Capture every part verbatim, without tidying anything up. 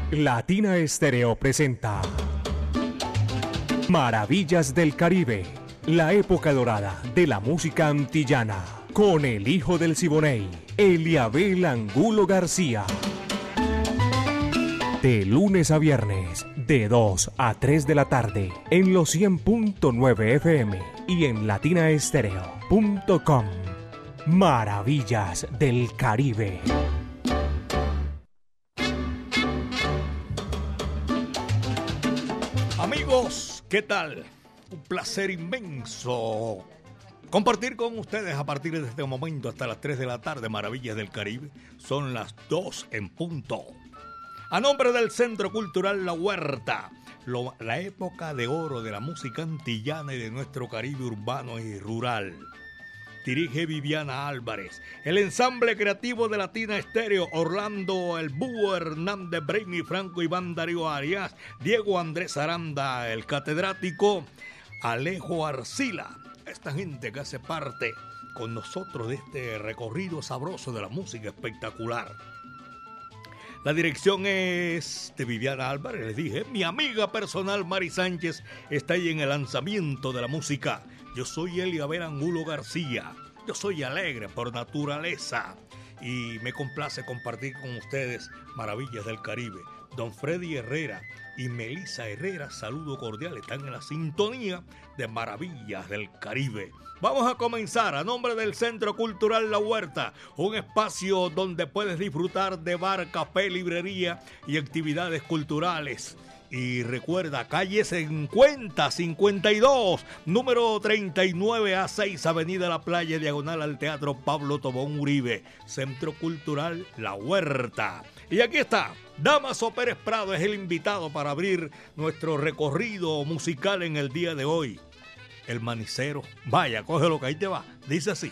Latina Estéreo presenta Maravillas del Caribe, la época dorada de la música antillana, con el hijo del Siboney, Eliabel Angulo García. De lunes a viernes, de dos a tres de la tarde, en los cien punto nueve F M y en latina estéreo punto com. Maravillas del Caribe. Amigos, ¿qué tal? Un placer inmenso compartir con ustedes a partir de este momento hasta las tres de la tarde. Maravillas del Caribe, son las dos en punto. A nombre del Centro Cultural La Huerta, lo, la época de oro de la música antillana y de nuestro Caribe urbano y rural. Dirige Viviana Álvarez. El ensamble creativo de Latina Estéreo, Orlando El Búho Hernández, Brainy Franco, Iván Darío Arias, Diego Andrés Aranda, el catedrático Alejo Arcila. Esta gente que hace parte con nosotros de este recorrido sabroso de la música espectacular. La dirección es de Viviana Álvarez, les dije. Mi amiga personal Mari Sánchez está ahí en el lanzamiento de la música. Yo soy Eliabel Angulo García. Yo soy alegre por naturaleza y me complace compartir con ustedes Maravillas del Caribe. Don Freddy Herrera y Melissa Herrera, saludo cordial, están en la sintonía de Maravillas del Caribe. Vamos a comenzar a nombre del Centro Cultural La Huerta, un espacio donde puedes disfrutar de bar, café, librería y actividades culturales. Y recuerda, calle cincuenta, cincuenta y dos, número treinta y nueve A seis, Avenida La Playa, diagonal al Teatro Pablo Tobón Uribe, Centro Cultural La Huerta. Y aquí está, Damaso Pérez Prado es el invitado para abrir nuestro recorrido musical en el día de hoy. El Manicero, vaya, cógelo que ahí te va, dice así.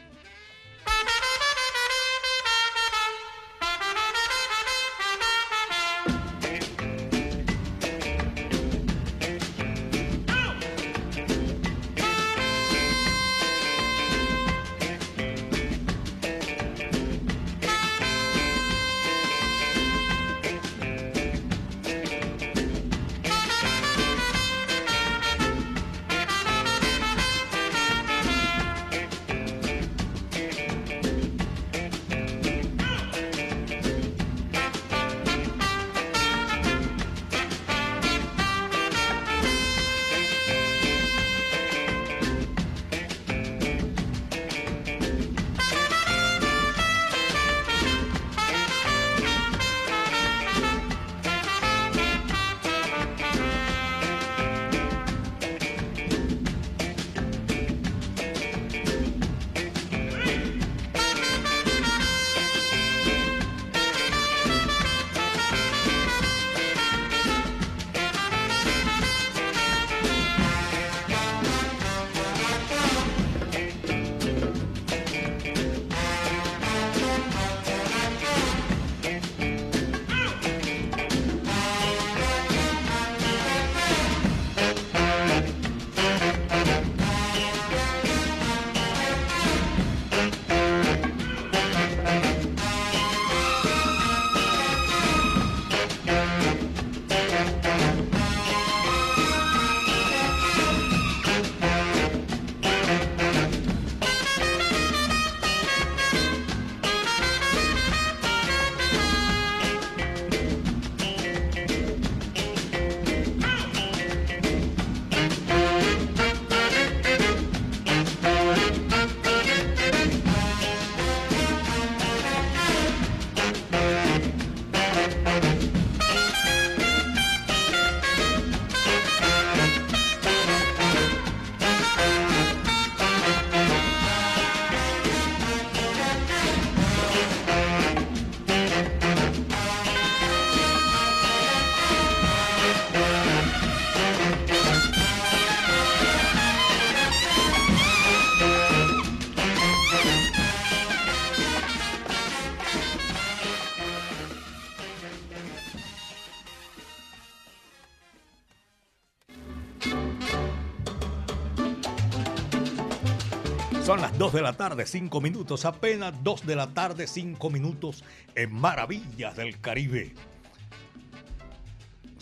Son las dos de la tarde, cinco minutos, apenas dos de la tarde, cinco minutos en Maravillas del Caribe.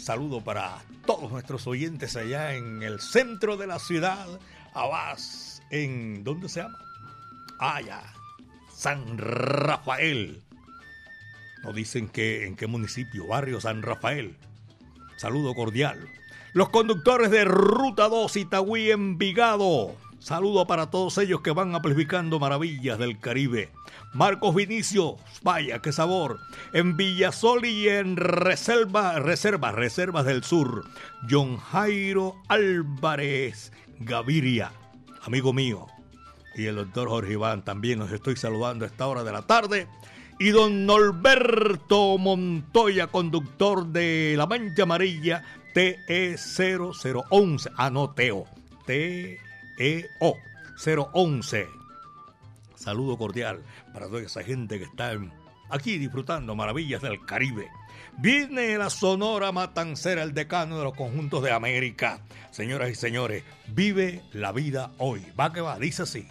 saludo para todos nuestros oyentes allá en el centro de la ciudad, Abás, en, ¿dónde se llama? Ah, ya, San Rafael. Nos dicen que en qué municipio, barrio San Rafael. Saludo cordial. Los conductores de Ruta dos, Itagüí, Envigado. Saludo para todos ellos que van amplificando maravillas del Caribe. Marcos Vinicio, vaya qué sabor. En Villasol y en Reserva, Reservas, Reservas del Sur. John Jairo Álvarez Gaviria, amigo mío. Y el doctor Jorge Iván también los estoy saludando a esta hora de la tarde. Y don Norberto Montoya, conductor de La Mancha Amarilla T E cero cero once. Ah, no, Teo. T E O cero once. Saludo cordial para toda esa gente que está aquí disfrutando maravillas del Caribe. Viene la Sonora Matancera, el decano de los conjuntos de América. Señoras y señores, vive la vida hoy. Va que va, dice así.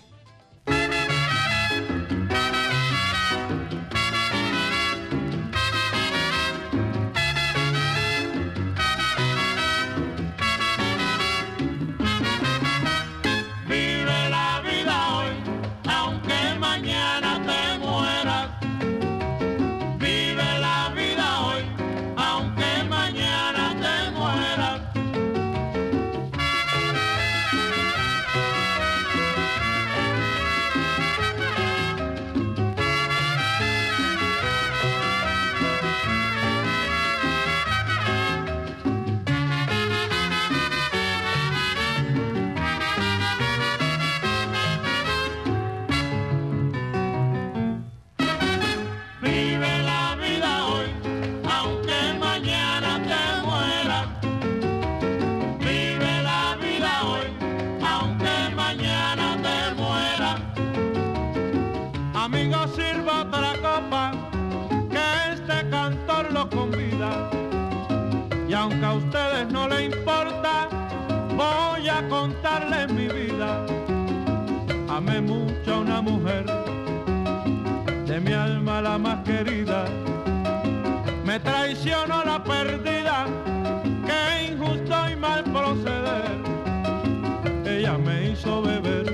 Aunque a ustedes no les importa, voy a contarles mi vida. Amé mucho a una mujer, de mi alma la más querida. Me traicionó la perdida, qué injusto y mal proceder. Ella me hizo beber,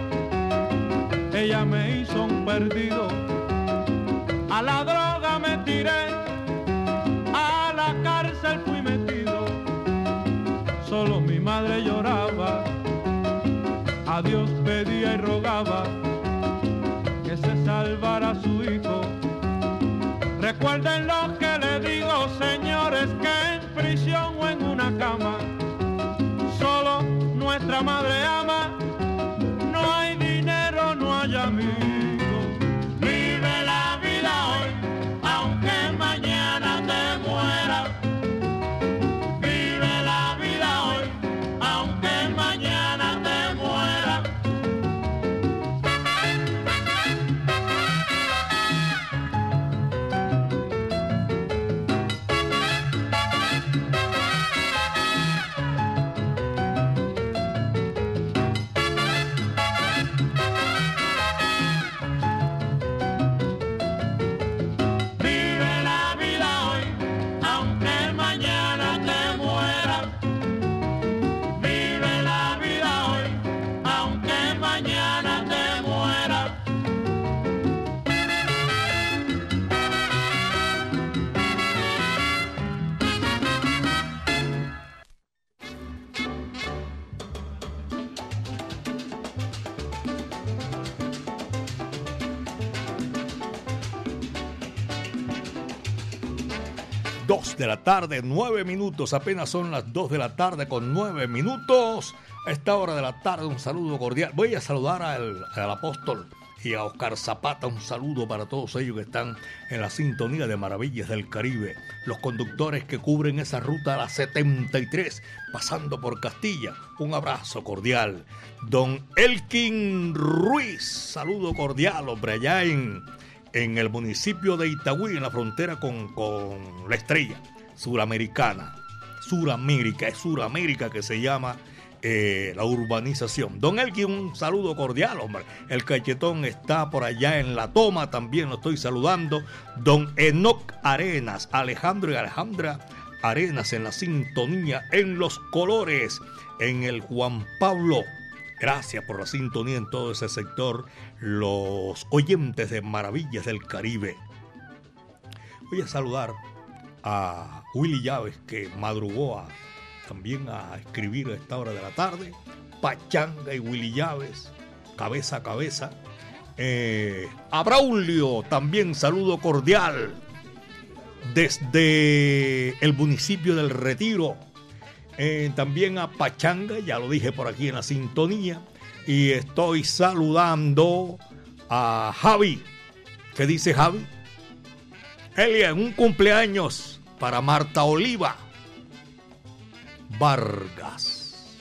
ella me hizo un perdido. A la droga me tiré, a la cárcel fui metido. Solo mi madre lloraba, a Dios pedía y rogaba que se salvara su hijo. Recuerden lo que le digo, señores, que en prisión o en una cama solo nuestra madre ama. No hay dinero, no hay amigos. Vive la vida hoy, aunque mañana te muera. Vive la vida hoy, aunque mañana te muera. dos de la tarde, nueve minutos, apenas son las dos de la tarde con nueve minutos. A esta hora de la tarde un saludo cordial. Voy a saludar al, al apóstol y a Oscar Zapata, un saludo para todos ellos que están en la sintonía de Maravillas del Caribe. Los conductores que cubren esa ruta a la setenta y tres, pasando por Castilla. Un abrazo cordial. Don Elkin Ruiz, saludo cordial, hombre, allá en... en el municipio de Itagüí, en la frontera con, con la Estrella, suramericana. Suramérica, es Suramérica que se llama eh, la urbanización. Don Elkin, un saludo cordial, hombre. El cachetón está por allá en La Toma, también lo estoy saludando. Don Enoc Arenas, Alejandro y Alejandra Arenas en la sintonía, en Los Colores, en el Juan Pablo. Gracias por la sintonía en todo ese sector, los oyentes de Maravillas del Caribe. Voy a saludar a Willy Llaves, que madrugó a, también a escribir a esta hora de la tarde. Pachanga y Willy Llaves, cabeza a cabeza. Eh, a Braulio, también saludo cordial desde el municipio del Retiro. Eh, también a Pachanga, ya lo dije por aquí en la sintonía. Y estoy saludando a Javi. ¿Qué dice Javi? Elia, en un cumpleaños para Marta Oliva Vargas.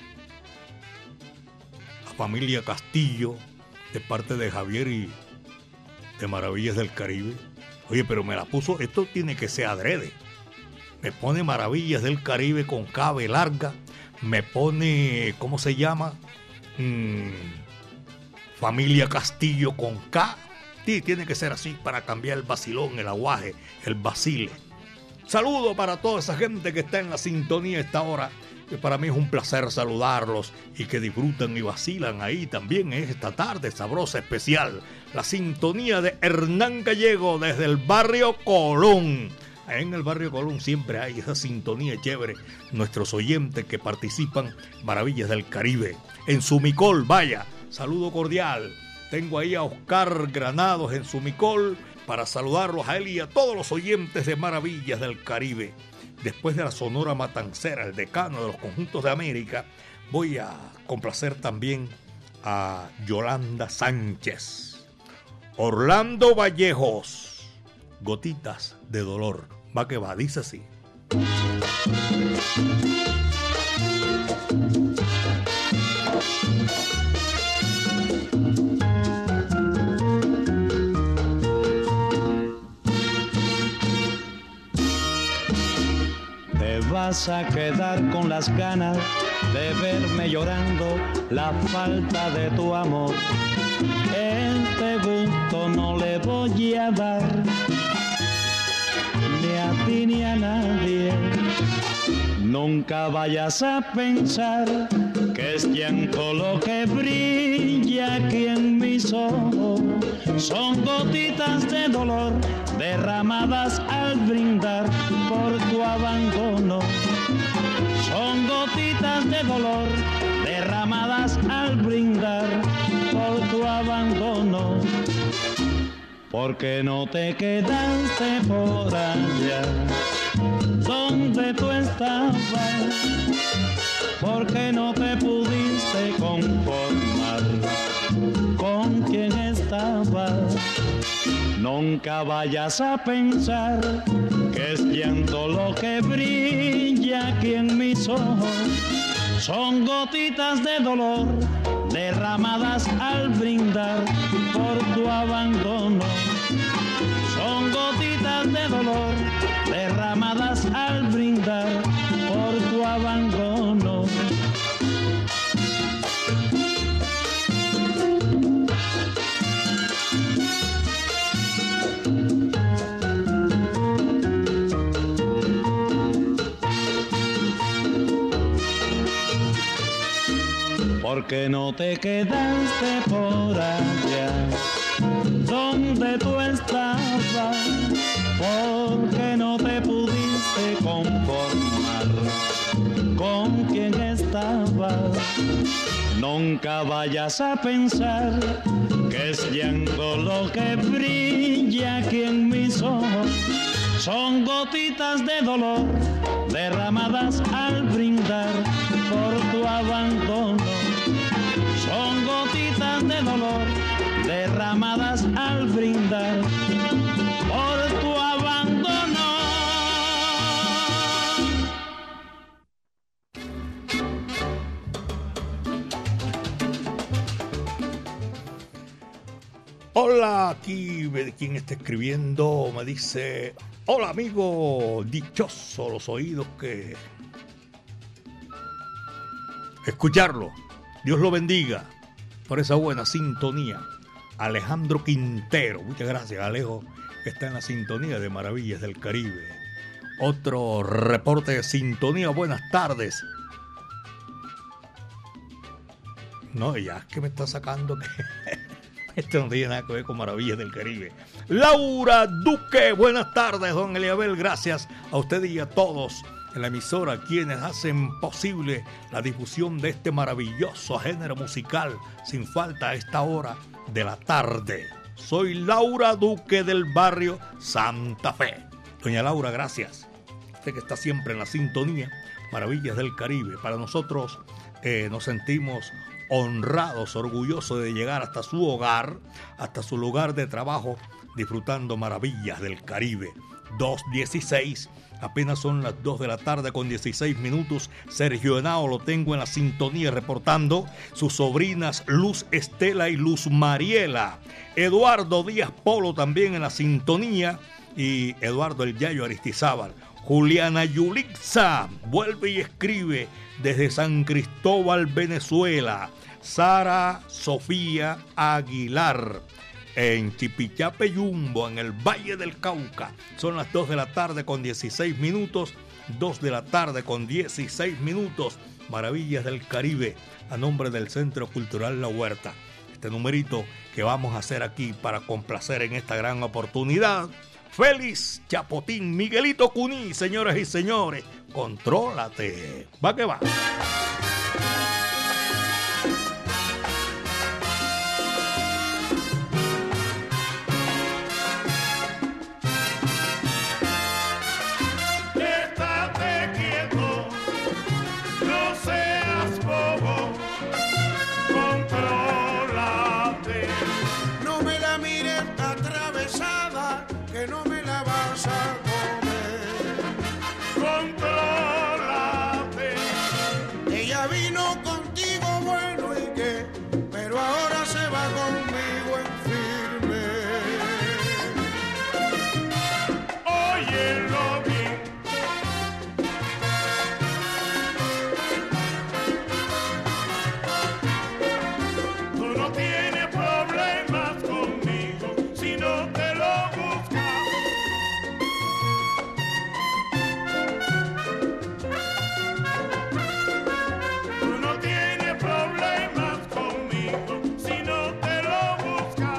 La familia Castillo, de parte de Javier y de Maravillas del Caribe. Oye, pero me la puso, esto tiene que ser adrede. Me pone Maravillas del Caribe con K B larga. Me pone, ¿cómo se llama? Mm, Familia Castillo con K. Sí, tiene que ser así para cambiar el vacilón, el aguaje, el vacile. Saludo para toda esa gente que está en la sintonía a esta hora. Que para mí es un placer saludarlos y que disfrutan y vacilan ahí también en esta tarde sabrosa especial. La sintonía de Hernán Gallego desde el barrio Colón. En el barrio Colón siempre hay esa sintonía chévere. Nuestros oyentes que participan, Maravillas del Caribe. En Sumicol, vaya, saludo cordial. Tengo ahí a Oscar Granados en Sumicol para saludarlos a él y a todos los oyentes de Maravillas del Caribe. Después de la Sonora Matancera, el decano de los conjuntos de América, voy a complacer también a Yolanda Sánchez. Orlando Vallejos, Gotitas de Dolor. Va que va, dice así. Te vas a quedar con las ganas de verme llorando la falta de tu amor. Este gusto no le voy a dar ni a ti ni a nadie. Nunca vayas a pensar que es llanto lo que brilla aquí en mis ojos. Son gotitas de dolor derramadas al brindar por tu abandono. Son gotitas de dolor derramadas al brindar por tu abandono. ¿Por qué no te quedaste por allá donde tú estabas? ¿Por qué no te pudiste conformar con quien estabas? Nunca vayas a pensar que es llanto lo que brilla aquí en mis ojos. Son gotitas de dolor derramadas al brindar por tu abandono. Son gotitas de dolor derramadas al brindar por tu abandono. ¿Por qué no te quedaste por allá donde tú estabas? ¿Por qué no te pudiste conformar con quien estabas? Nunca vayas a pensar que es llanto lo que brilla aquí en mis ojos. Son gotitas de dolor derramadas al brindar por tu abandono. Son gotitas de dolor derramadas al brindar por tu abandono. Hola, aquí quien está escribiendo me dice: hola amigo, dichoso los oídos que escucharlo. Dios lo bendiga por esa buena sintonía. Alejandro Quintero, muchas gracias, Alejo, que está en la sintonía de Maravillas del Caribe. Otro reporte de sintonía. Buenas tardes. No, ya es que me está sacando que esto no tiene nada que ver con Maravillas del Caribe. Laura Duque, buenas tardes, don Eliabel. Gracias a usted y a todos en la emisora, quienes hacen posible la difusión de este maravilloso género musical sin falta a esta hora de la tarde. Soy Laura Duque del barrio Santa Fe. Doña Laura, gracias. Usted que está siempre en la sintonía, Maravillas del Caribe. Para nosotros eh, nos sentimos honrados, orgullosos de llegar hasta su hogar, hasta su lugar de trabajo, disfrutando Maravillas del Caribe. dos dieciséis, apenas son las dos de la tarde con dieciséis minutos. Sergio Henao lo tengo en la sintonía reportando. Sus sobrinas Luz Estela y Luz Mariela. Eduardo Díaz Polo también en la sintonía. Y Eduardo El Yayo Aristizábal. Juliana Yulixa vuelve y escribe desde San Cristóbal, Venezuela. Sara Sofía Aguilar en Chipichape Yumbo, en el Valle del Cauca. Son las dos de la tarde con dieciséis minutos. dos de la tarde con dieciséis minutos. Maravillas del Caribe, a nombre del Centro Cultural La Huerta. Este numerito que vamos a hacer aquí para complacer en esta gran oportunidad. Félix Chapotín, Miguelito Cuní, señoras y señores, contrólate. Va que va. Estate quieto, no seas bobo, contrólate. No me la mires atravesada, que no me la vas a comer. Contrólate. Ella vino contigo bueno y qué, pero ahora se va conmigo en firme. Óyelo bien. Tú no tienes problemas conmigo si no te lo buscas. Tú no tienes problemas conmigo si no te lo buscas.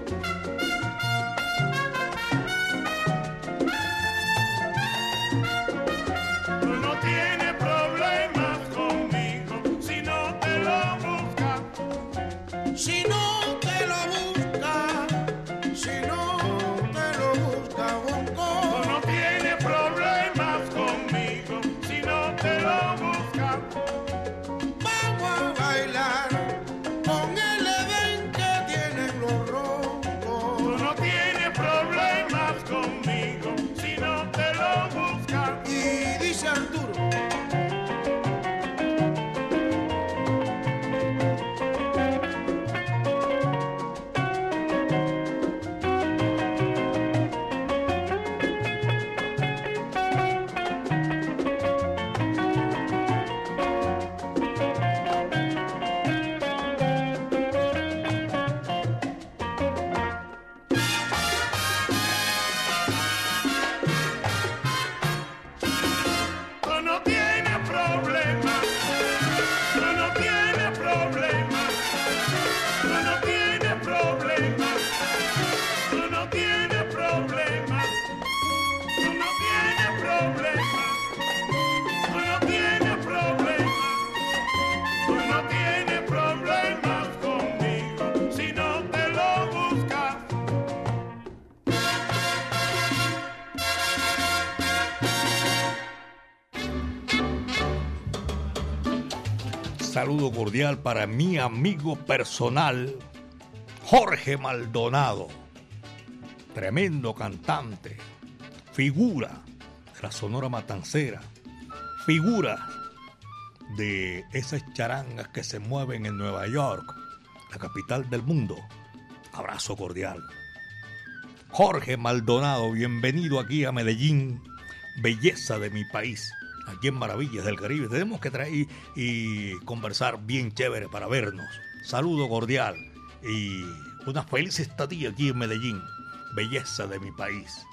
Tú no tienes problemas conmigo si no te lo buscas. Si no te lo busca, si no te lo busca, Tú Bonco. no tienes problemas conmigo si no te lo buscas. Vamos a bailar con el Edén que tienen los Tú roncos. no tienes problemas conmigo si no te lo buscas. Y dice Arturo, Tú no tienes problemas. Tú no tienes problemas. Tú no tienes problemas. Tú no tienes problemas. Tú no tienes problemas. Tú no tienes problemas. Tú no tienes problemas conmigo si no te lo buscas. Saludo cordial para mi amigo personal, Jorge Maldonado. Tremendo cantante, figura de la Sonora Matancera, figura de esas charangas que se mueven en Nueva York, la capital del mundo. Abrazo cordial. Jorge Maldonado, bienvenido aquí a Medellín, belleza de mi país. Aquí en Maravillas del Caribe tenemos que traer y conversar bien chévere para vernos. Saludo cordial y una feliz estadía aquí en Medellín, belleza de mi país.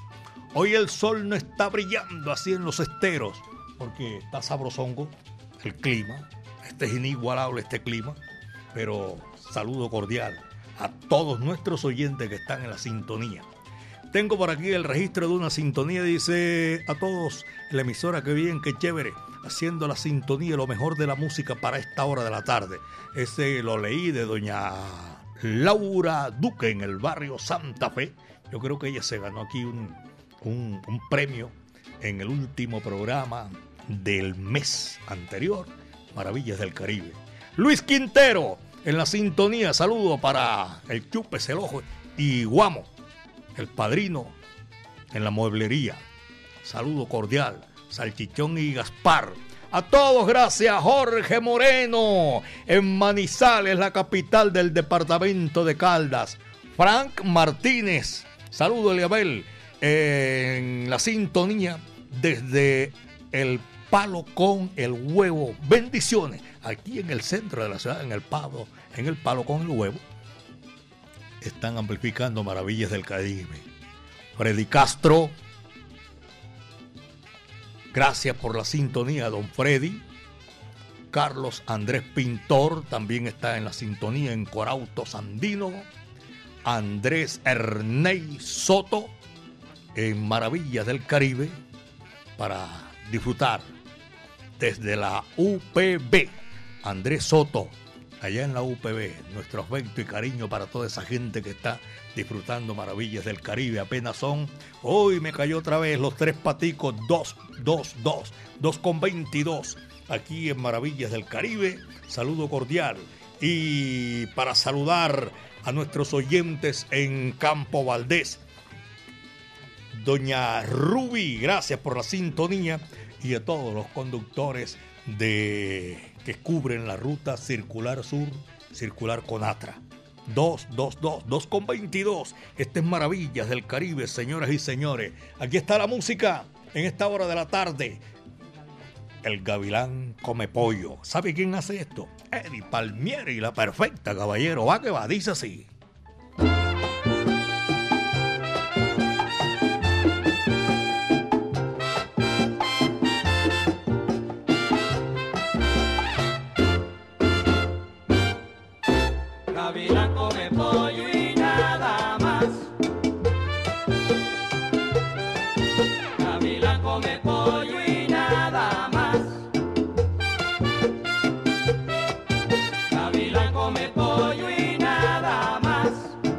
Hoy el sol no está brillando así en los esteros, porque está sabrosongo el clima. Este es inigualable este clima, pero saludo cordial a todos nuestros oyentes que están en la sintonía. Tengo por aquí el registro de una sintonía, dice a todos, la emisora, que bien, que chévere, haciendo la sintonía, lo mejor de la música para esta hora de la tarde. Ese lo leí de doña Laura Duque en el barrio Santa Fe. Yo creo que ella se ganó aquí un, un, un premio en el último programa del mes anterior, Maravillas del Caribe. Luis Quintero en la sintonía, saludo para el Chupes, el Ojo y Guamo, el padrino en la mueblería. Saludo cordial, Salchichón y Gaspar. A todos, gracias. Jorge Moreno en Manizales, la capital del departamento de Caldas. Frank Martínez, saludo Eliabel, en la sintonía desde el Palo con el Huevo. Bendiciones. Aquí en el centro de la ciudad, en el Palo, en el Palo con el Huevo, están amplificando Maravillas del Caribe. Freddy Castro, gracias por la sintonía, don Freddy. Carlos Andrés Pintor también está en la sintonía en Corauto Sandino. Andrés Erney Soto en Maravillas del Caribe para disfrutar desde la U P B. Andrés Soto, allá en la U P B, nuestro afecto y cariño para toda esa gente que está disfrutando Maravillas del Caribe. Apenas son, hoy me cayó otra vez los tres paticos, dos, dos, dos, dos con veintidós, aquí en Maravillas del Caribe. Saludo cordial. Y para saludar a nuestros oyentes en Campo Valdés, doña Ruby, gracias por la sintonía, y a todos los conductores de que cubren la ruta Circular Sur, Circular Conatra. dos, dos, dos, dos con veintidós. Este es Maravillas del Caribe, señoras y señores. Aquí está la música en esta hora de la tarde. El Gavilán Come Pollo. ¿Sabe quién hace esto? Eddie Palmieri, la perfecta, caballero. Va que va, dice así. Gavilán come pollo y nada más. Gavilán come pollo y nada más. Gavilán come pollo y nada más.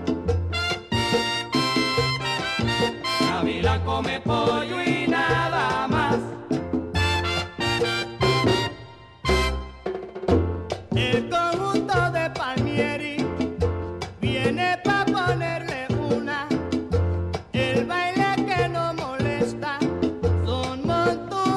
Gavilán come pollo y nada más. El conjunto de Palmieri viene pa' ponerle una. El baile que no molesta son montunos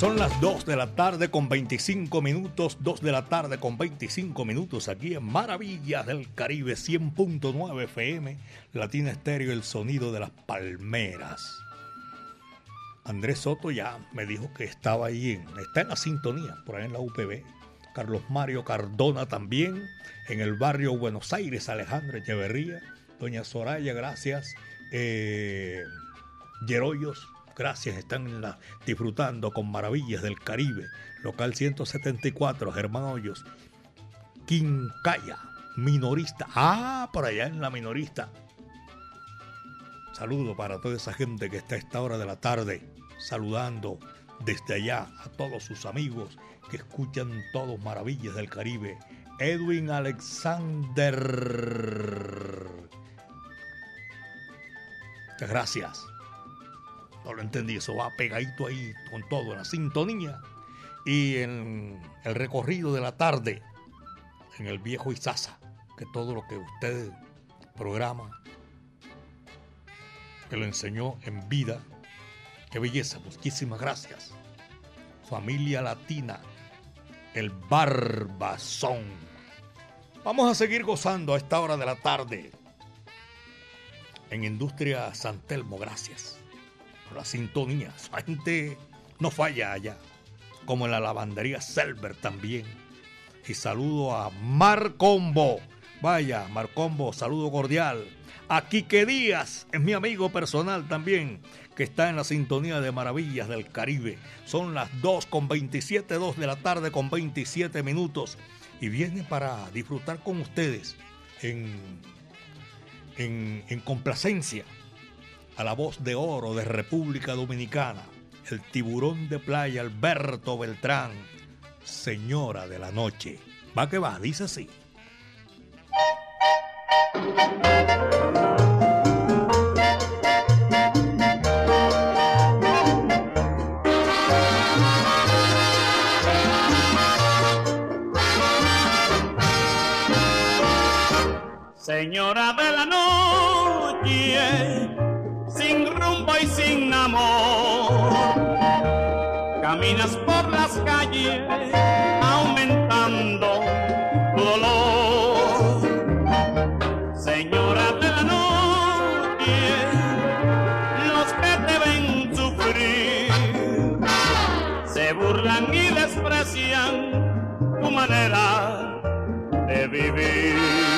Son las dos de la tarde con veinticinco minutos, dos de la tarde con veinticinco minutos aquí en Maravillas del Caribe, cien punto nueve F M, Latina Estéreo, el sonido de las palmeras. Andrés Soto ya me dijo que estaba ahí, en, está en la sintonía, por ahí en la U P B. Carlos Mario Cardona también, en el barrio Buenos Aires, Alejandro Echeverría. Doña Soraya, gracias. Eh, Yeroyos, gracias, están en la, disfrutando con Maravillas del Caribe. Local ciento setenta y cuatro, Germán Hoyos. Quincaya, minorista. Ah, por allá en la minorista. Saludo para toda esa gente que está a esta hora de la tarde, saludando desde allá a todos sus amigos que escuchan todos Maravillas del Caribe. Edwin Alexander. Muchas gracias. No lo entendí, eso va pegadito ahí con todo en la sintonía. Y en el recorrido de la tarde, en el viejo Izaza, que todo lo que usted programa, que lo enseñó en vida. Qué belleza, muchísimas gracias. Familia Latina, el Barbazón. Vamos a seguir gozando a esta hora de la tarde. En Industria San Telmo, gracias por la sintonía. Su gente no falla allá, como en la lavandería Selber también. Y saludo a Marcombo. Vaya, Marcombo, saludo cordial. A Quique Díaz, es mi amigo personal también, que está en la sintonía de Maravillas del Caribe. Son las dos con veintisiete, dos de la tarde con veintisiete minutos. Y viene para disfrutar con ustedes en, en, en complacencia a la voz de oro de República Dominicana, el tiburón de playa Alberto Beltrán, Señora de la Noche. Va que va, dice así. Señora de la noche, sin rumbo y sin amor, caminas por las calles aumentando tu dolor. Señora de la noche, los que te ven sufrir se burlan y desprecian tu manera de vivir.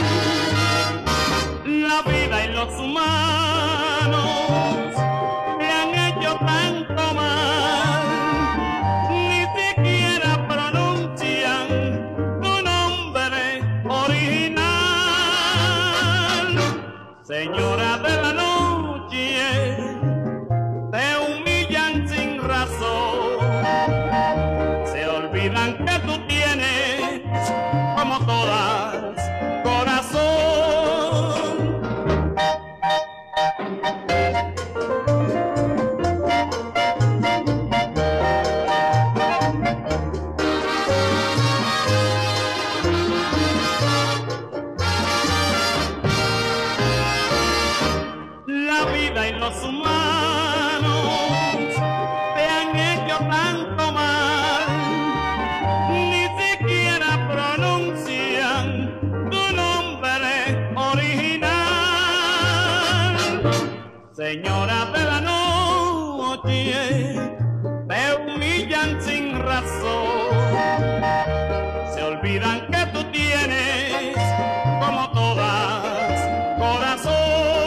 La vida y los humanos te han hecho tanto mal, ni siquiera pronuncian tu nombre original. Señora de la noche, te humillan sin razón, se olvidan que tú tienes, como todas, corazón. La vida y los humanos te han hecho tanto mal, ni siquiera pronuncian tu nombre original. Señora de la noche, te humillan sin razón, se olvidan que tú tienes, como todas, corazón.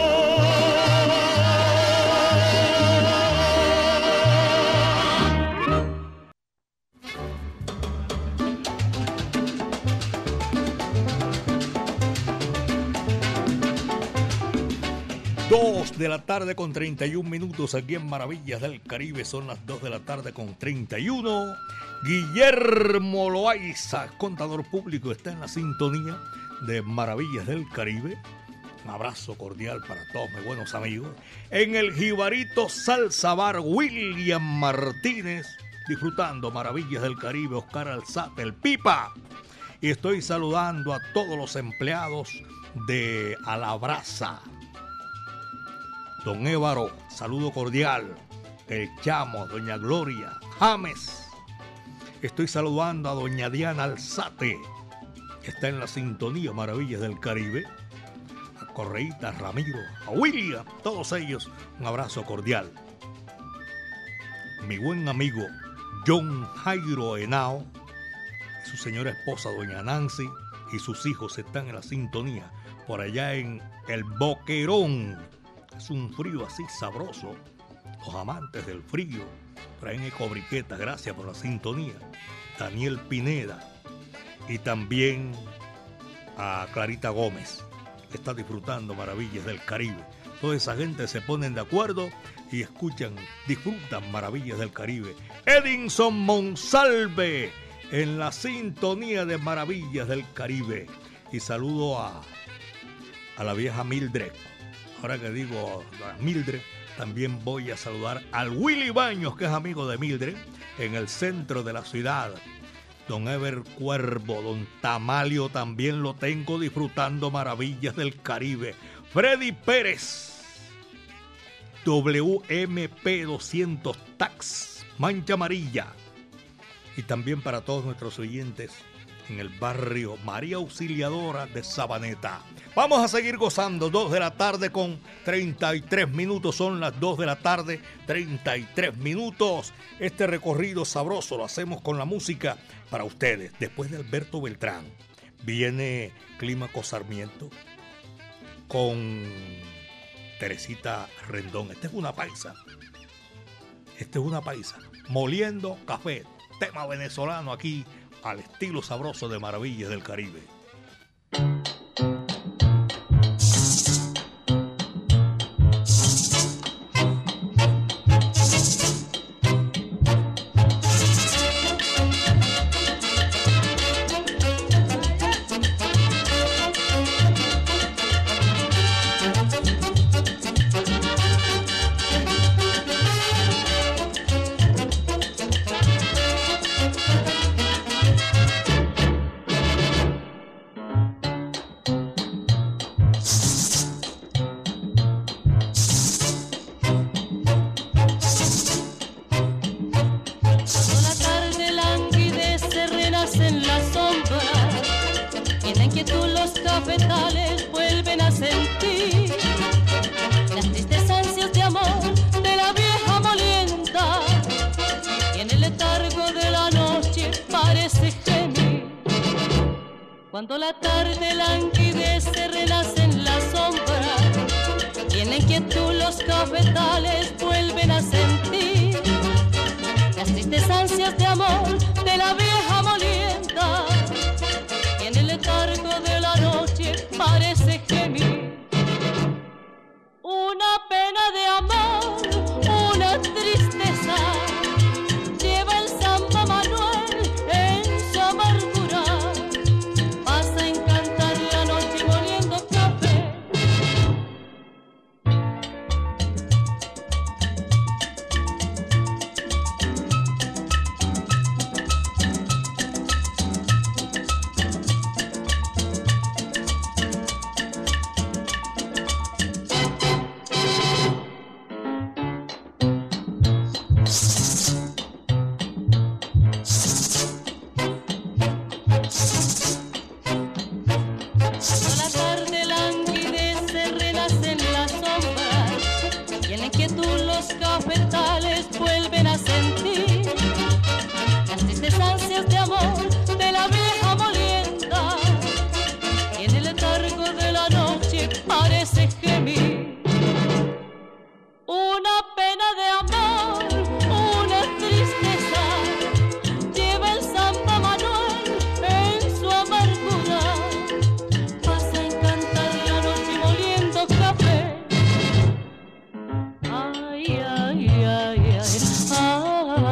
dos de la tarde con treinta y un minutos aquí en Maravillas del Caribe. Son las dos de la tarde con treinta y uno. Guillermo Loaiza, contador público, está en la sintonía de Maravillas del Caribe. Un abrazo cordial para todos mis buenos amigos. En el Jibarito Salsa Bar, William Martínez, disfrutando Maravillas del Caribe. Oscar Alzate, el Pipa. Y estoy saludando a todos los empleados de A la Brasa. Don Évaro, saludo cordial. El Chamo, Doña Gloria, James, Estoy saludando a doña Diana Alzate, que está en la sintonía Maravillas del Caribe. A Correíta, Ramiro, a William, todos ellos, un abrazo cordial. Mi buen amigo John Jairo Henao, su señora esposa doña Nancy y sus hijos están en la sintonía por allá en el Boquerón. Es un frío así sabroso. Los amantes del frío traen Ecobriqueta, gracias por la sintonía. Daniel Pineda y también a Clarita Gómez, que está disfrutando Maravillas del Caribe. Toda esa gente se ponen de acuerdo y escuchan, disfrutan Maravillas del Caribe. Edinson Monsalve en la sintonía de Maravillas del Caribe. Y saludo a, a la vieja Mildred. Ahora que digo a Mildred, también voy a saludar al Willy Baños, que es amigo de Mildred, en el centro de la ciudad. Don Ever Cuervo, don Tamalio, también lo tengo disfrutando Maravillas del Caribe. Freddy Pérez, W M P doscientos Tax, Mancha Amarilla. Y también para todos nuestros oyentes en el barrio María Auxiliadora de Sabaneta. Vamos a seguir gozando, dos de la tarde con treinta y tres minutos, son las dos de la tarde, treinta y tres minutos. Este recorrido sabroso lo hacemos con la música para ustedes. Después de Alberto Beltrán, viene Clímaco Sarmiento con Teresita Rendón. Esta es una paisa, esta es una paisa, moliendo café, tema venezolano aquí, al estilo sabroso de Maravillas del Caribe. Cuando la tarde languidece, renace en la sombra, y en la inquietud los cafetales vuelven a sentir las tristes ansias de amor de la vieja molienda, y en el letargo de la noche parece gemir una pena de amor, una tristeza. Lleva el Samba Manuel en su amargura, pasa a encantar la noche moliendo café. Ay, ay, ay, ay, ay.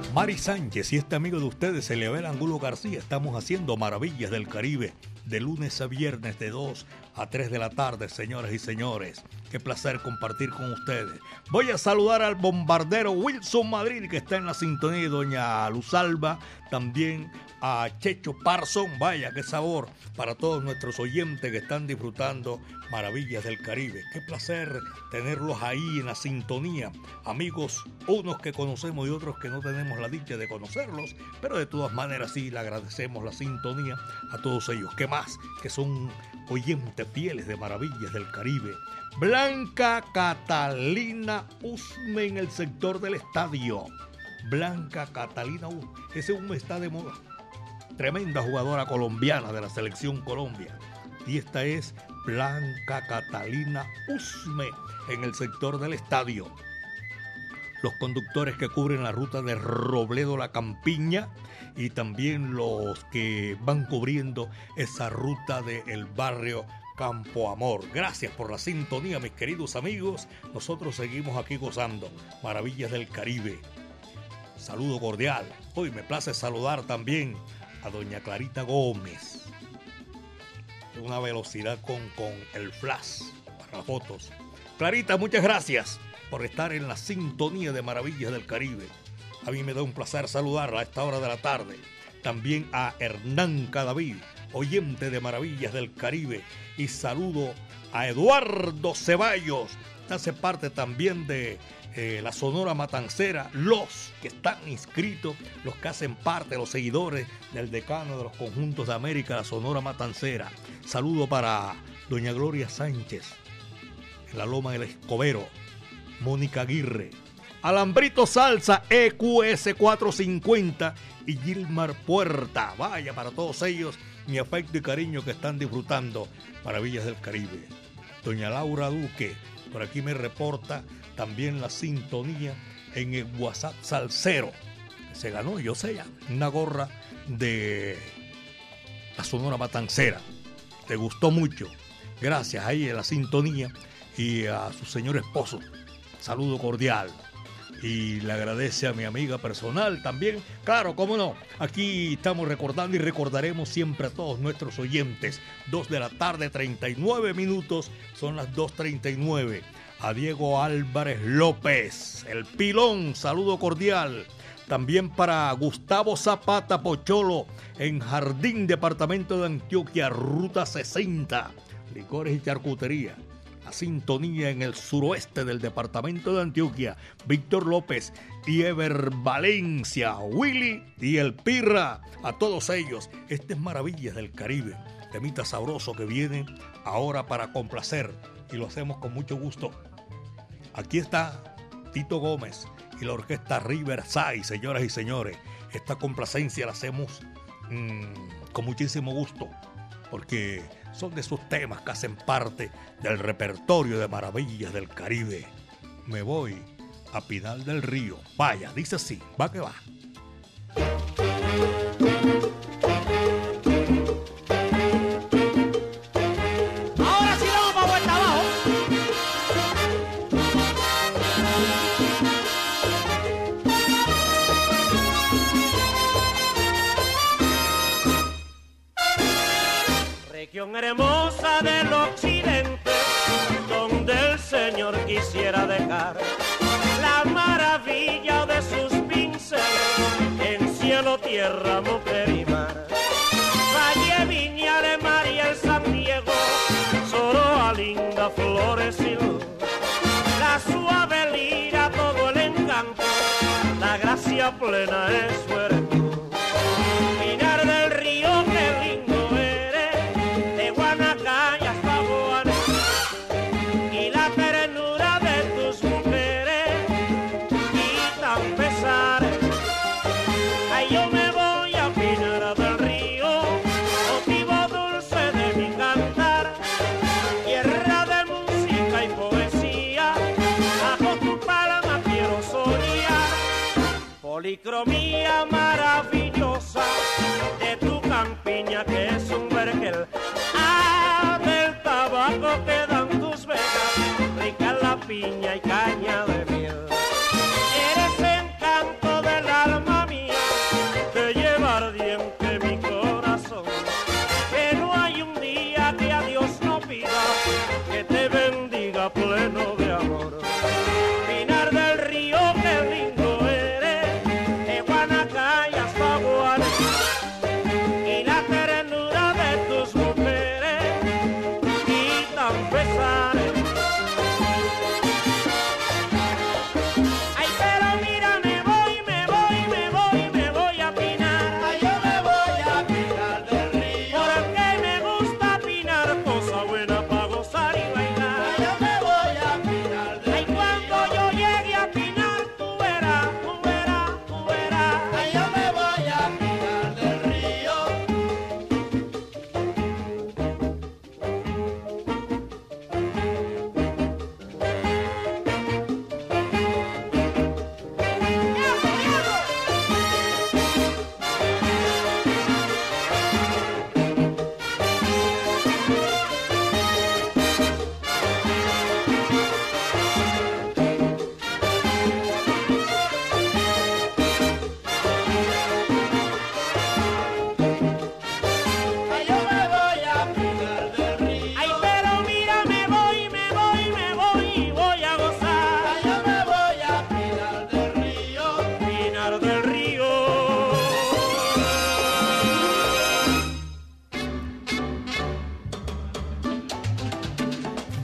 Mari Sánchez y este amigo de ustedes, Eliabel Angulo García, estamos haciendo Maravillas del Caribe de lunes a viernes de dos a tres de la tarde, señoras y señores. Qué placer compartir con ustedes. Voy a saludar al bombardero Wilson Madrid, que está en la sintonía, y doña Luzalba, también a Checho Parson. Vaya, qué sabor para todos nuestros oyentes que están disfrutando Maravillas del Caribe. Qué placer tenerlos ahí en la sintonía. Amigos, unos que conocemos y otros que no tenemos la dicha de conocerlos, pero de todas maneras sí le agradecemos la sintonía a todos ellos. ¿Qué más? Que son oyentes fieles de Maravillas del Caribe. Blanca Catalina Usme en el sector del estadio. Blanca Catalina Usme. Ese Usme está de moda. Tremenda jugadora colombiana de la selección Colombia. Y esta es Blanca Catalina Usme en el sector del estadio. Los conductores que cubren la ruta de Robledo La Campiña y también los que van cubriendo esa ruta del barrio Campo Amor. Gracias por la sintonía, mis queridos amigos. Nosotros seguimos aquí gozando Maravillas del Caribe. Saludo cordial. Hoy me place saludar también a doña Clarita Gómez. Una velocidad con, con el flash para las fotos. Clarita, muchas gracias por estar en la sintonía de Maravillas del Caribe. A mí me da un placer saludarla a esta hora de la tarde. También a Hernán Cadavid, oyente de Maravillas del Caribe. Y saludo a Eduardo Ceballos, que hace parte también de eh, la Sonora Matancera. Los que están inscritos, los que hacen parte, los seguidores del decano de los conjuntos de América, la Sonora Matancera. Saludo para doña Gloria Sánchez, en la Loma del Escobero. Mónica Aguirre, Alambrito Salsa, E Q S cuatrocientos cincuenta y Gilmar Puerta. Vaya, para todos ellos mi afecto y cariño que están disfrutando Maravillas del Caribe. Doña Laura Duque, por aquí me reporta también la sintonía en el WhatsApp Salsero. Se ganó, yo sé ya, una gorra de la Sonora Matancera. Te gustó mucho. Gracias ahí en la sintonía y a su señor esposo. Saludo cordial. Y le agradece a mi amiga personal también. Claro, cómo no. Aquí estamos recordando y recordaremos siempre a todos nuestros oyentes. Dos de la tarde, treinta y nueve minutos. Son las dos treinta y nueve. A Diego Álvarez López, el pilón. Saludo cordial. También para Gustavo Zapata Pocholo, en Jardín, departamento de Antioquia, ruta sesenta. Licores y charcutería. Sintonía en el suroeste del departamento de Antioquia. Víctor López y Ever Valencia, Willy y el Pirra, a todos ellos. Este es Maravillas del Caribe, temita sabroso que viene ahora para complacer y lo hacemos con mucho gusto. Aquí está Tito Gómez y la orquesta Riverside, señoras y señores. Esta complacencia la hacemos mmm, con muchísimo gusto porque son de esos temas que hacen parte del repertorio de Maravillas del Caribe. Me voy a Pinal del Río. Vaya, dice así, va que va. Ahora sí vamos para vuelta abajo. Región hermosa del occidente, donde el Señor quisiera dejar la maravilla de sus pinceles en cielo, tierra, mujer y mar. Valle, Viñales, María, el San Diego, Soroa, linda, flores y luz. La suave lira, todo el encanto, la gracia plena es su virtud. Pinar del Río, qué lindo policromía maravillosa de tu campiña que es un vergel. Ah, del tabaco que dan tus venas, rica la piña y caña de miel. Eres encanto del alma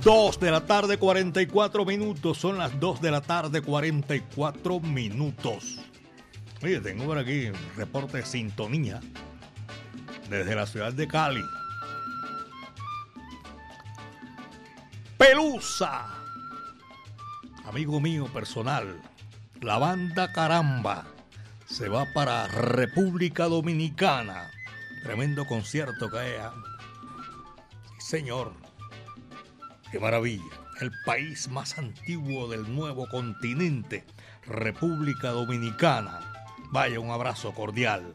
dos de la tarde, cuarenta y cuatro minutos. Son las dos de la tarde, cuarenta y cuatro minutos. Oye, tengo por aquí un reporte de sintonía desde la ciudad de Cali. Pelusa, amigo mío personal, la banda Caramba se va para República Dominicana. Tremendo concierto que hay. Sí, señor. Qué maravilla. El país más antiguo del nuevo continente, República Dominicana. Vaya, un abrazo cordial.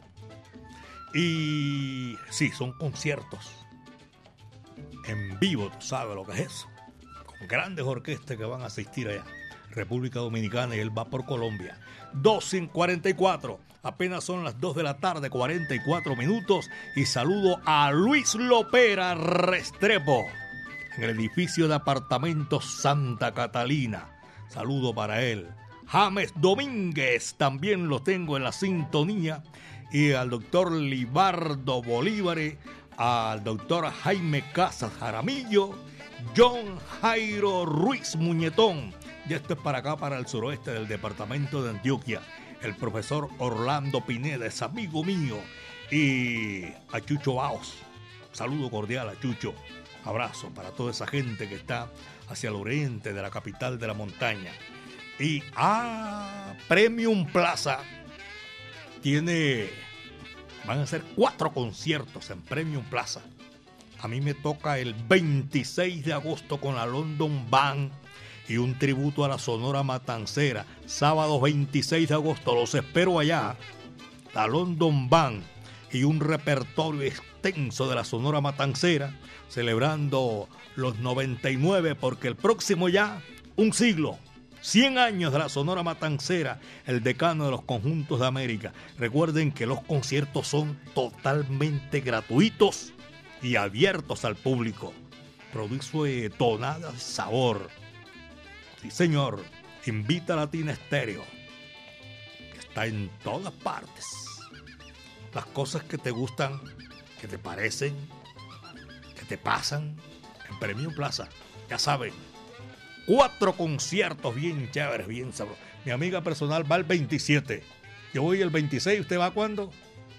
Y sí, son conciertos en vivo, tú sabes lo que es eso. Con grandes orquestas que van a asistir allá. República Dominicana, y él va por Colombia. dos en cuarenta y cuatro. Apenas son las dos de la tarde, cuarenta y cuatro minutos. Y saludo a Luis Lopera Restrepo en el edificio de apartamentos Santa Catalina. Saludo para él. James Domínguez también lo tengo en la sintonía. Y al doctor Libardo Bolívar, al doctor Jaime Casas Jaramillo, John Jairo Ruiz Muñetón. Y esto es para acá, para el suroeste del departamento de Antioquia. El profesor Orlando Pineda es amigo mío. Y a Chucho Baos. Saludo cordial a Chucho. Abrazo para toda esa gente que está hacia el oriente de la capital de la montaña. Y a Premium Plaza tiene... Van a hacer cuatro conciertos en Premium Plaza. A mí me toca el veintiséis de agosto con la London Band y un tributo a la Sonora Matancera. Sábado veintiséis de agosto, los espero allá. La London Band y un repertorio extenso de la Sonora Matancera, celebrando los noventa y nueve, porque el próximo ya, un siglo, cien años de la Sonora Matancera, el decano de los conjuntos de América. Recuerden que los conciertos son totalmente gratuitos y abiertos al público. Produce tonada de sabor. Sí, señor. Invita Latina Estéreo, que está en todas partes. Las cosas que te gustan, que te parecen, que te pasan, en Premium Plaza. Ya saben, cuatro conciertos bien chéveres, bien sabrosos. Mi amiga personal va el veintisiete. Yo voy el veintiséis. ¿Usted va cuándo?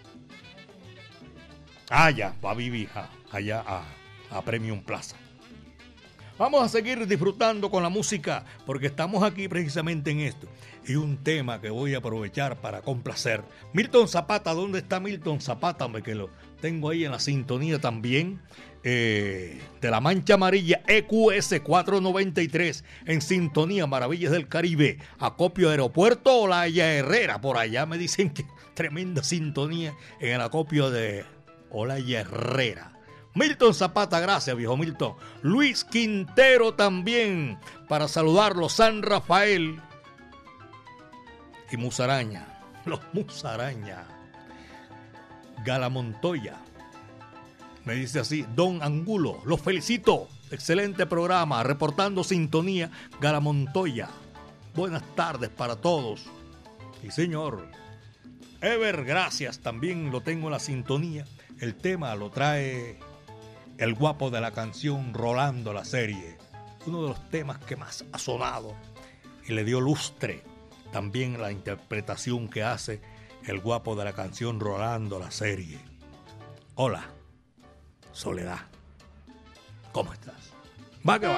Ah, ya, va a vivir allá a, a Premium Plaza. Vamos a seguir disfrutando con la música, porque estamos aquí precisamente en esto. Y un tema que voy a aprovechar para complacer. Milton Zapata, ¿dónde está Milton Zapata? Hombre, que lo tengo ahí en la sintonía también. Eh, de la Mancha Amarilla, E Q S cuatrocientos noventa y tres, en sintonía, Maravillas del Caribe. Acopio Aeropuerto Olaya Herrera. Por allá me dicen que tremenda sintonía en el acopio de Olaya Herrera. Milton Zapata, gracias, viejo Milton. Luis Quintero también, para saludarlo. San Rafael y Musaraña, los Musaraña. Gala Montoya me dice así: Don Angulo, los felicito, excelente programa, reportando sintonía. Gala Montoya, buenas tardes para todos. Sí, señor. Ever, gracias, también lo tengo en la sintonía. El tema lo trae el guapo de la canción, Rolando la Serie, uno de los temas que más ha sonado y le dio lustre también la interpretación que hace el guapo de la canción, Rolando la Serie. Hola, Soledad, ¿cómo estás? Va que va.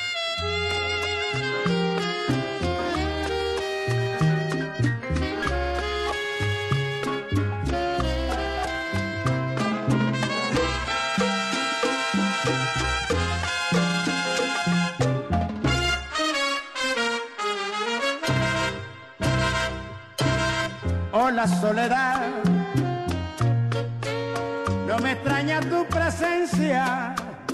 Hola, Soledad, no me extraña tu presencia,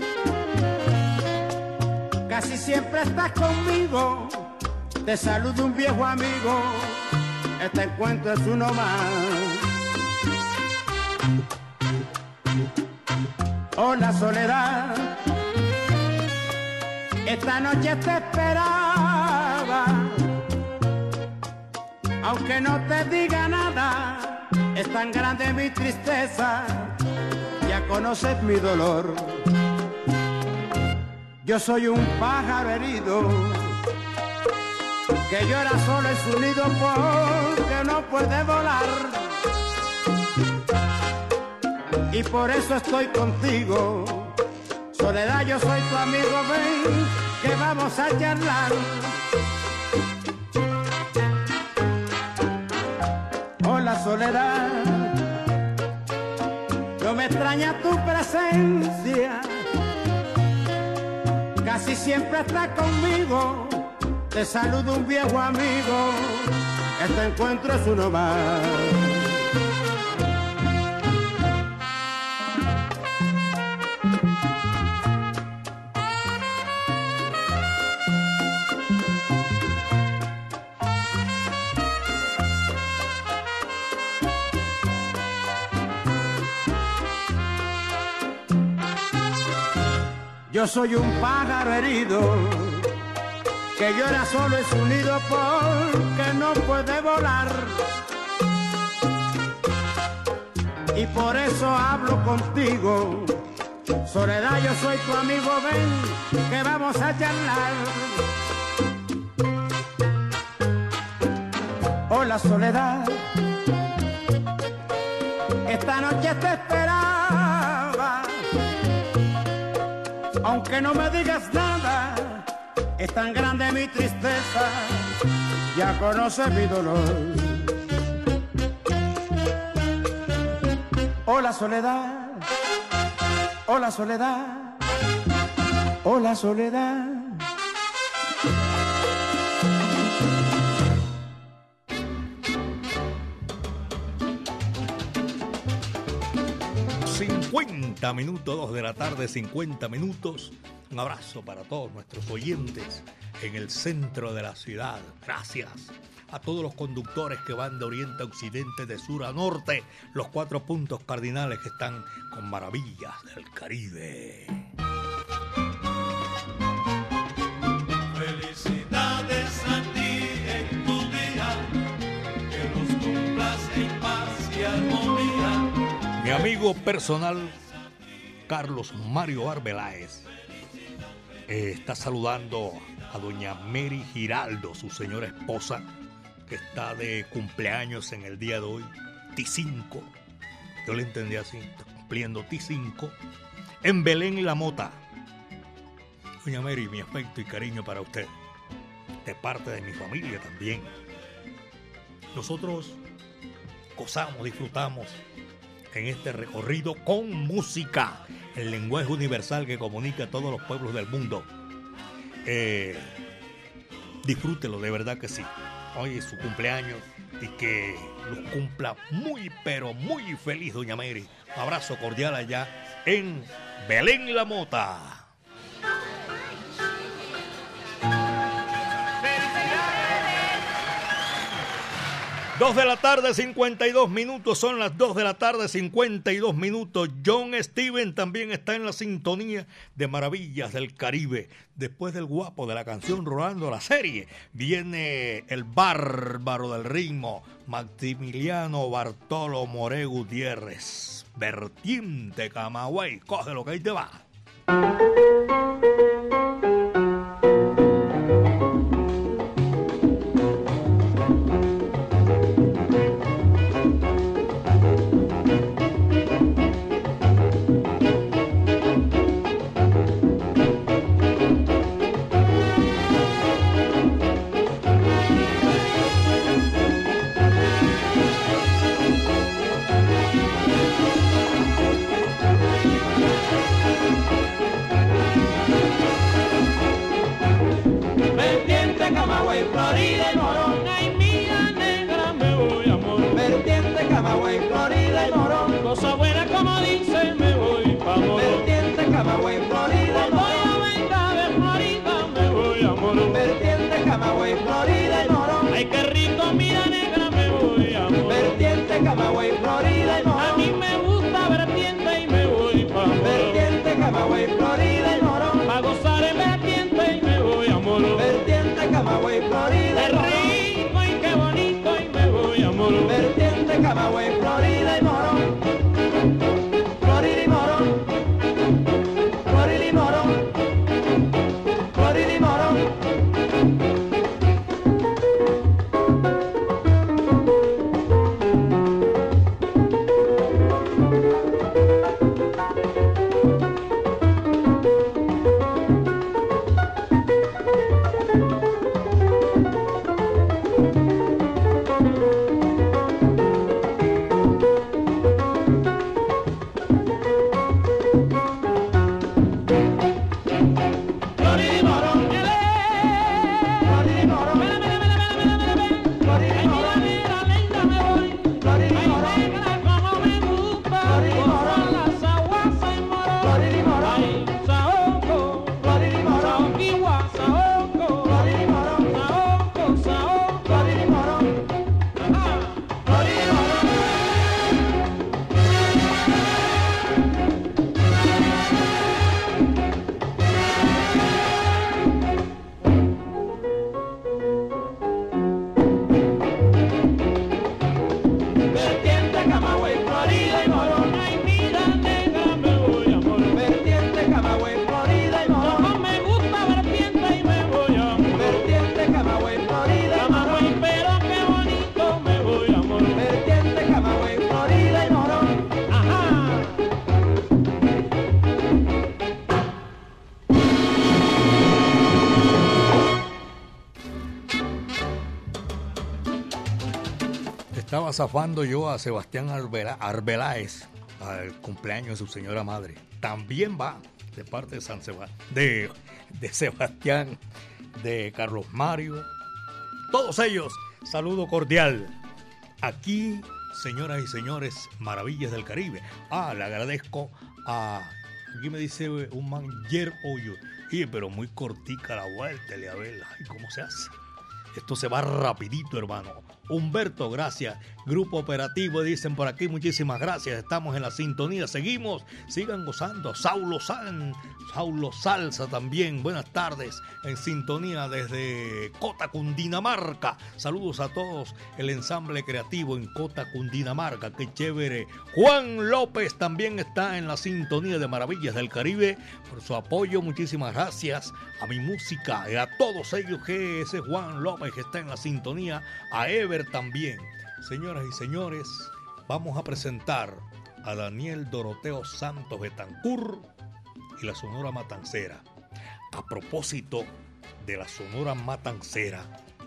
casi siempre estás conmigo, te saluda un viejo amigo, este encuentro es uno más. Hola, Soledad, esta noche te esperaba, aunque no te diga nada, es tan grande mi tristeza, ya conoces mi dolor. Yo soy un pájaro herido que llora solo en su nido porque no puede volar. Y por eso estoy contigo. Soledad, yo soy tu amigo, ven que vamos a charlar. Hola Soledad, no me extraña tu presencia, casi siempre estás conmigo. Te saludo un viejo amigo, este encuentro es uno más. Yo soy un pájaro herido que llora solo en su nido porque no puede volar. Y por eso hablo contigo. Soledad, yo soy tu amigo, ven que vamos a charlar. Hola Soledad, esta noche te esperaba. Aunque no me digas nada, es tan grande mi tristeza, ya conoces mi dolor. Hola Soledad, hola Soledad, hola Soledad. cincuenta minutos, dos de la tarde, cincuenta minutos. Un abrazo para todos nuestros oyentes en el centro de la ciudad. Gracias a todos los conductores que van de oriente a occidente, de sur a norte, los cuatro puntos cardinales que están con Maravillas del Caribe. Felicidades a ti en tu día, que los cumplas en paz y armonía. Mi amigo personal, Carlos Mario Arbeláez, eh, está saludando a doña Mary Giraldo, su señora esposa, que está de cumpleaños en el día de hoy, T cinco. Yo le entendí así, está cumpliendo T cinco, en Belén La Mota. Doña Mary, mi afecto y cariño para usted, de parte de mi familia también. Nosotros gozamos, disfrutamos en este recorrido con música, el lenguaje universal que comunica a todos los pueblos del mundo. Eh, disfrútelo, de verdad que sí. Hoy es su cumpleaños y que los cumpla muy, pero muy feliz, doña Mary. Un abrazo cordial allá en Belén La Mota. Dos de la tarde, cincuenta y dos minutos, son las dos de la tarde, cincuenta y dos minutos. John Steven también está en la sintonía de Maravillas del Caribe. Después del guapo de la canción Rolando la serie, viene el bárbaro del ritmo, Maximiliano Bartolo More Gutiérrez. Vertiente Camagüey, coge lo que ahí te va. Florida y Morón, ay mía negra me voy amor. Vertiente Camagüey, Florida y Morón, cosa buena como dice me voy pa' Morón. Vertiente Camagüey, Florida y Morón, voy a venga de Florida me voy amor. Vertiente Camagüey, Florida y Morón, ay qué rico mía negra me voy amor. Vertiente Camagüey, Florida y Morón, a mí me gusta vertiente y me voy pa' Morón. Vertiente Camagüey, Florida y Morón, pa' gozar en vertiente y me voy amor. Vertiente Camagüey, Florida y Morón, rico y qué bonito y me voy amor. Vertiente Camagüey, Florida y Morón, Florida y Morón, Florida y Morón. estaba zafando yo a Sebastián Arbela, Arbeláez al cumpleaños de su señora madre. También va de parte de San Sebastián, de, de Sebastián, de Carlos Mario. Todos ellos, saludo cordial. Aquí, señoras y señores, Maravillas del Caribe. Ah, le agradezco a... Aquí me dice un man, Yer Hoyo. Sí, pero muy cortica la vuelta, Eliabel. Ay, ¿cómo se hace? Esto se va rapidito, hermano. Humberto, gracias. Grupo Operativo, dicen por aquí, muchísimas gracias. Estamos en la sintonía, seguimos. Sigan gozando. Saulo San, Saulo Salsa también. Buenas tardes. En sintonía desde Cota, Cundinamarca. Saludos a todos. El ensamble creativo en Cota, Cundinamarca. Qué chévere. Juan López también está en la sintonía de Maravillas del Caribe. Por su apoyo, muchísimas gracias a mi música y a todos ellos que ese Juan López que está en la sintonía. A Ever también. Señoras y señores, vamos a presentar a Daniel Doroteo Santos Betancur y la Sonora Matancera. A propósito de la Sonora Matancera,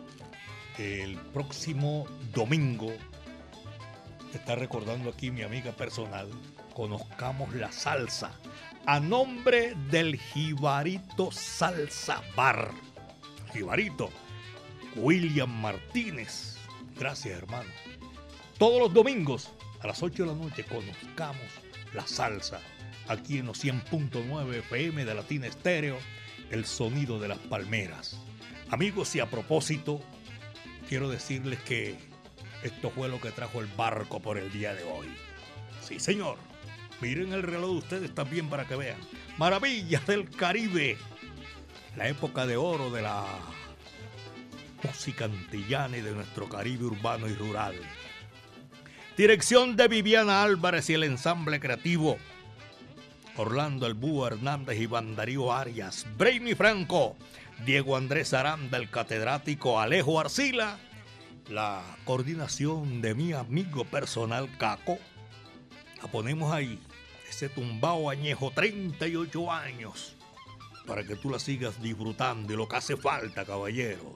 el próximo domingo, está recordando aquí mi amiga personal, Conozcamos la Salsa, a nombre del Jibarito Salsa Bar. Jibarito, William Martínez. Gracias, hermano. Todos los domingos a las ocho de la noche conozcamos la salsa aquí en los cien punto nueve F M de Latina Estéreo, el sonido de las palmeras. Amigos, y a propósito, quiero decirles que esto fue lo que trajo el barco por el día de hoy. Sí, señor. Miren el reloj de ustedes también para que vean. Maravillas del Caribe. La época de oro de la música antillana y de nuestro Caribe urbano y rural. Dirección de Viviana Álvarez y el ensamble creativo. Orlando El Búho Hernández y Bandarío Arias. Brainy Franco. Diego Andrés Aranda, el catedrático Alejo Arcila. La coordinación de mi amigo personal Caco. La ponemos ahí. Ese tumbao añejo, treinta y ocho años. Para que tú la sigas disfrutando y lo que hace falta, caballeros.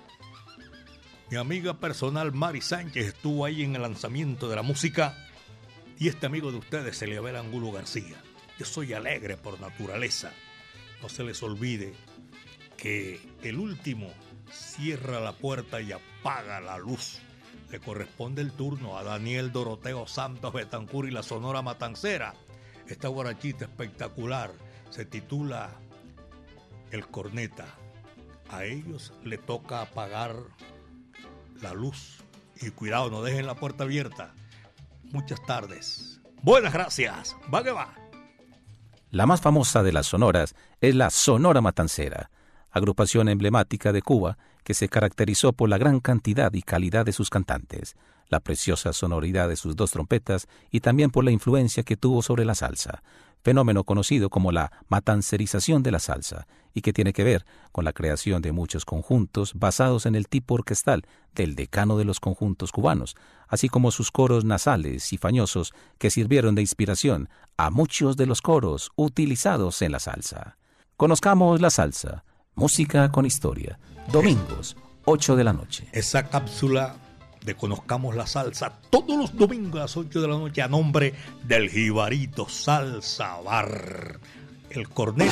Mi amiga personal Mari Sánchez estuvo ahí en el lanzamiento de la música. Y este amigo de ustedes, Eliabel Angulo García. Yo soy alegre por naturaleza. No se les olvide que el último cierra la puerta y apaga la luz. Le corresponde el turno a Daniel Doroteo Santos Betancur y la Sonora Matancera. Esta guarachita espectacular se titula El Corneta. A ellos le toca apagar la luz. Y cuidado, no dejen la puerta abierta. Muchas tardes. Buenas gracias. Va que va. La más famosa de las sonoras es la Sonora Matancera, agrupación emblemática de Cuba que se caracterizó por la gran cantidad y calidad de sus cantantes, la preciosa sonoridad de sus dos trompetas y también por la influencia que tuvo sobre la salsa, fenómeno conocido como la matancerización de la salsa y que tiene que ver con la creación de muchos conjuntos basados en el tipo orquestal del decano de los conjuntos cubanos, así como sus coros nasales y fañosos que sirvieron de inspiración a muchos de los coros utilizados en la salsa. Conozcamos la salsa, música con historia, domingos, ocho de la noche. Esa cápsula de Conozcamos la Salsa, todos los domingos a las ocho de la noche a nombre del Jibarito Salsa Bar, el Corneta.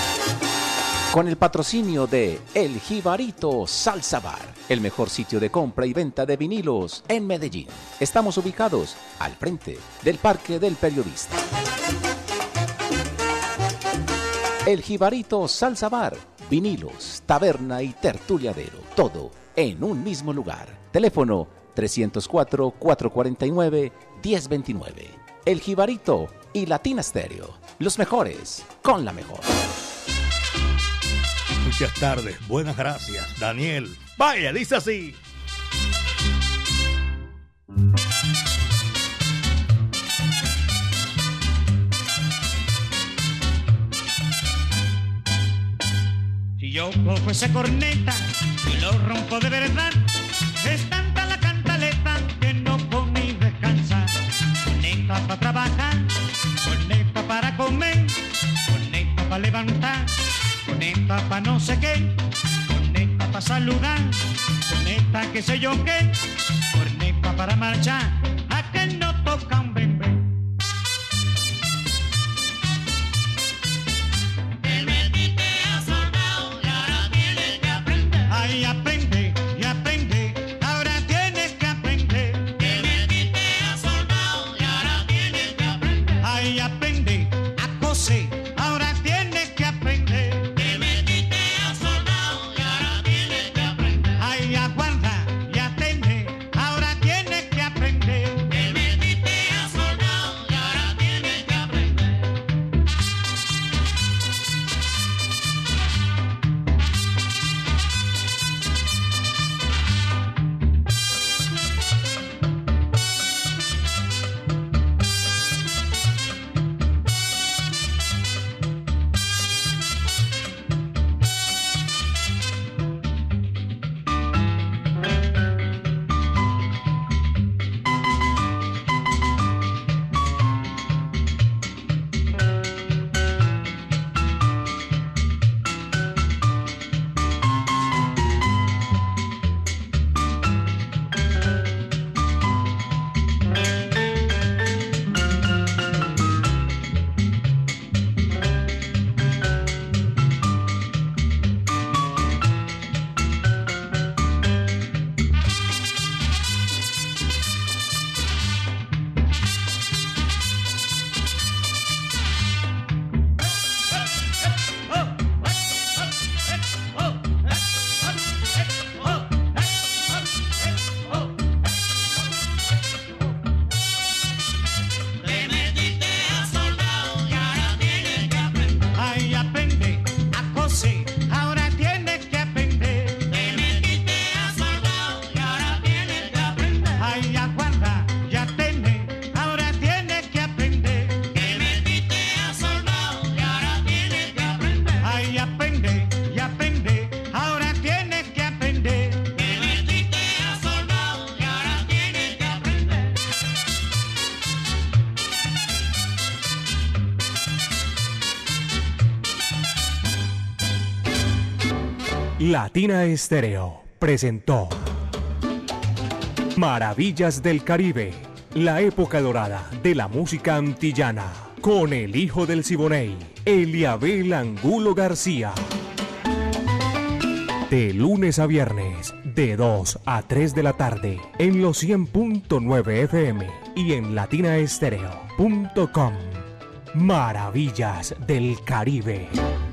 Con el patrocinio de El Jibarito Salsa Bar, el mejor sitio de compra y venta de vinilos en Medellín. Estamos ubicados al frente del Parque del Periodista. El Jibarito Salsa Bar, vinilos, taberna y tertuliadero, todo en un mismo lugar. Teléfono trescientos cuatro, cuatrocientos cuarenta y nueve, diez veintinueve. El Jibarito y Latina Stereo, los mejores con la mejor. Muchas tardes, buenas gracias, Daniel. Vaya, dice así. Si yo cojo esa corneta y lo rompo de verdad, es tanta la cantaleta que no puedo ni descansar. Corneta para trabajar, corneta para comer, corneta para levantar, corneta para no sé qué, corneta para saludar, corneta que sé yo qué, corneta para marchar, a que no toca un bembé. Te metiste a soldado y ahora tienes que aprender. Ay, aprende y aprende, ahora tienes que aprender. Te metiste a soldado y ahora tienes que aprender. Ay, aprende a coser, ahora tienes que aprender. Te metiste a soldado y ahora tienes que aprender. Ay, aguanta y atende, ahora tienes que aprender. Te metiste a soldado y ahora tienes que aprender. Te metiste a soldado y ahora tienes que aprender. Ay, aprende a coser, ahora tienes que aprender. Te metiste a soldado y ahora tienes que aprender. Ay, aguanta y atende, ahora tienes que aprender. Te metiste a soldado y ahora tienes que aprender. Ay, aprende y aprende, ahora tienes que aprender. Te metiste a soldado y ahora tienes que aprender. Latina Estéreo presentó Maravillas del Caribe, la época dorada de la música antillana, con el hijo del Siboney, Eliabel Angulo García. De lunes a viernes, de dos a tres de la tarde, en los cien punto nueve F M y en latinaestereo punto com. Maravillas del Caribe.